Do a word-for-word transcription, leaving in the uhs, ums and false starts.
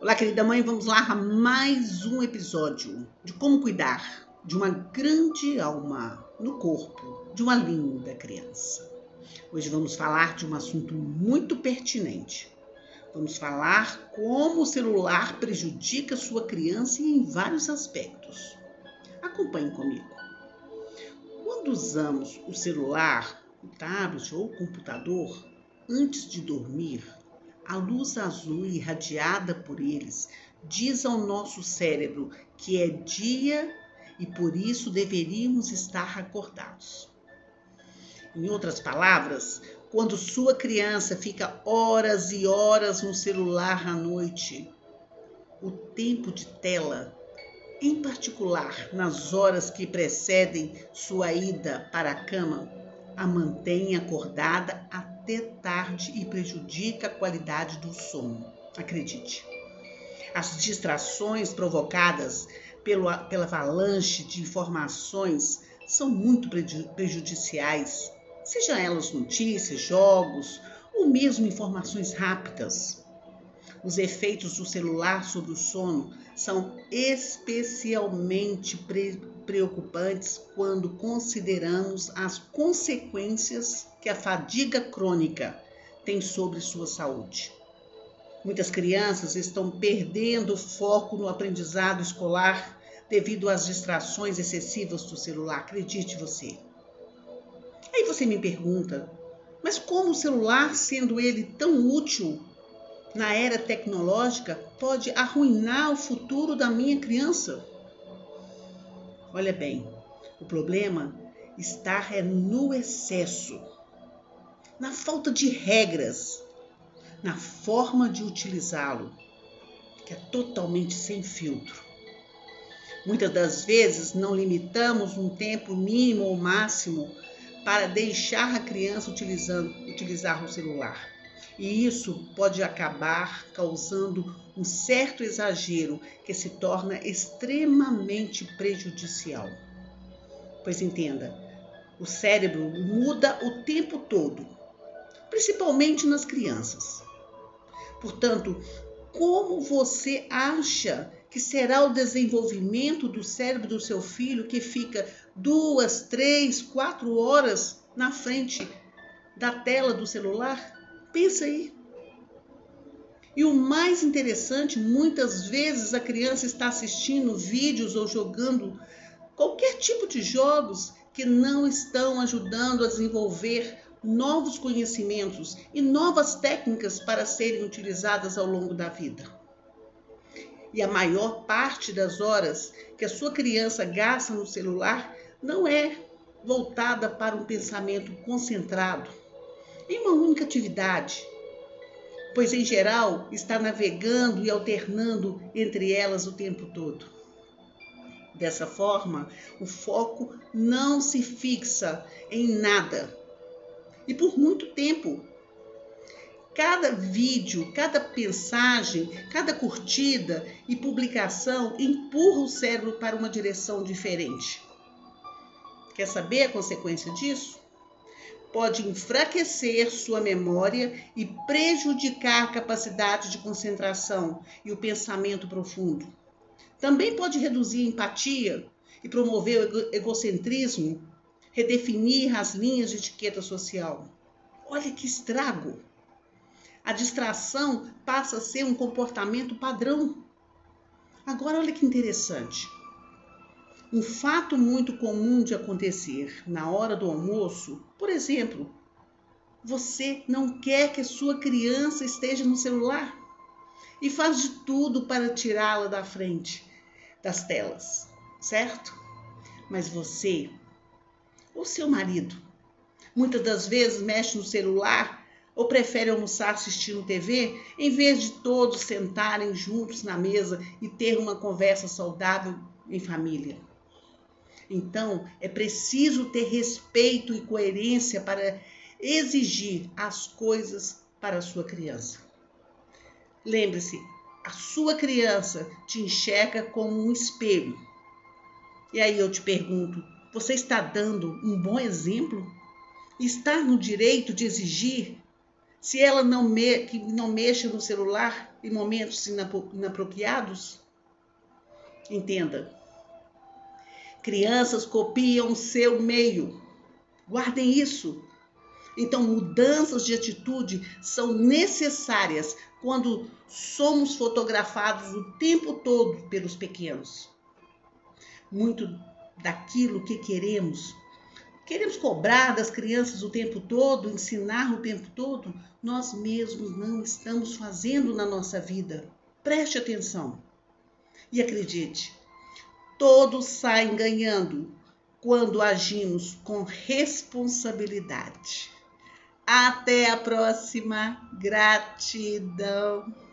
Olá, querida mãe, vamos lá a mais um episódio de como cuidar de uma grande alma no corpo de uma linda criança. Hoje vamos falar de um assunto muito pertinente. Vamos falar como o celular prejudica sua criança em vários aspectos. Acompanhe comigo. Quando usamos o celular, o tablet ou o computador antes de dormir, a luz azul irradiada por eles diz ao nosso cérebro que é dia e por isso deveríamos estar acordados. Em outras palavras, quando sua criança fica horas e horas no celular à noite, o tempo de tela, em particular nas horas que precedem sua ida para a cama, a mantém acordada até tarde e prejudica a qualidade do sono. Acredite. As distrações provocadas pelo, pela avalanche de informações são muito prejudiciais, sejam elas notícias, jogos ou mesmo informações rápidas. Os efeitos do celular sobre o sono são especialmente pre- preocupantes quando consideramos as consequências que a fadiga crônica tem sobre sua saúde. Muitas crianças estão perdendo o foco no aprendizado escolar devido às distrações excessivas do celular, acredite você. Aí você me pergunta, mas como o celular, sendo ele tão útil na era tecnológica, pode arruinar o futuro da minha criança? Olha bem, o problema está é no excesso, na falta de regras, na forma de utilizá-lo, que é totalmente sem filtro. Muitas das vezes não limitamos um tempo mínimo ou máximo para deixar a criança utilizando, utilizar o celular. E isso pode acabar causando um certo exagero que se torna extremamente prejudicial. Pois entenda, o cérebro muda o tempo todo, principalmente nas crianças. Portanto, como você acha que será o desenvolvimento do cérebro do seu filho que fica duas, três, quatro horas na frente da tela do celular? Pensa aí. E o mais interessante, muitas vezes a criança está assistindo vídeos ou jogando qualquer tipo de jogos que não estão ajudando a desenvolver novos conhecimentos e novas técnicas para serem utilizadas ao longo da vida. E a maior parte das horas que a sua criança gasta no celular não é voltada para um pensamento concentrado em uma única atividade, pois em geral está navegando e alternando entre elas o tempo todo. Dessa forma, o foco não se fixa em nada e por muito tempo. Cada vídeo, cada mensagem, cada curtida e publicação empurra o cérebro para uma direção diferente. Quer saber a consequência disso? Pode enfraquecer sua memória e prejudicar a capacidade de concentração e o pensamento profundo. Também pode reduzir a empatia e promover o egocentrismo, redefinir as linhas de etiqueta social. Olha que estrago! A distração passa a ser um comportamento padrão. Agora, olha que interessante. Um fato muito comum de acontecer na hora do almoço, por exemplo, você não quer que a sua criança esteja no celular e faz de tudo para tirá-la da frente das telas, certo? Mas você, ou seu marido, muitas das vezes mexe no celular ou prefere almoçar assistindo T V em vez de todos sentarem juntos na mesa e ter uma conversa saudável em família. Então, é preciso ter respeito e coerência para exigir as coisas para a sua criança. Lembre-se, a sua criança te enxerga como um espelho. E aí eu te pergunto, você está dando um bom exemplo? Está no direito de exigir, se ela não, me, que não mexa no celular, em momentos inapropriados? Entenda, crianças copiam seu meio. Guardem isso. Então, mudanças de atitude são necessárias quando somos fotografados o tempo todo pelos pequenos. Muito daquilo que queremos, queremos cobrar das crianças o tempo todo, ensinar o tempo todo, nós mesmos não estamos fazendo na nossa vida. Preste atenção e acredite, todos saem ganhando quando agimos com responsabilidade. Até a próxima. Gratidão.